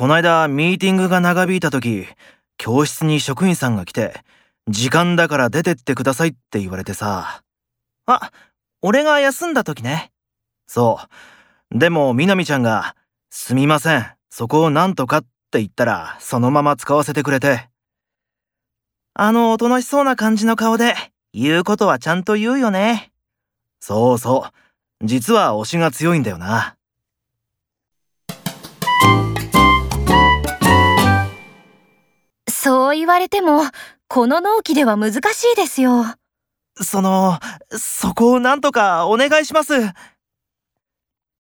こないだミーティングが長引いた時、教室に職員さんが来て、時間だから出てってくださいって言われてさ。あ、俺が休んだ時ね。そう。でもみなみちゃんが、すみません、そこをなんとかって言ったら、そのまま使わせてくれて。おとなしそうな感じの顔で、言うことはちゃんと言うよね。そうそう。実は推しが強いんだよな。 そう言われても、この納期では難しいですよ。 そこをなんとかお願いします。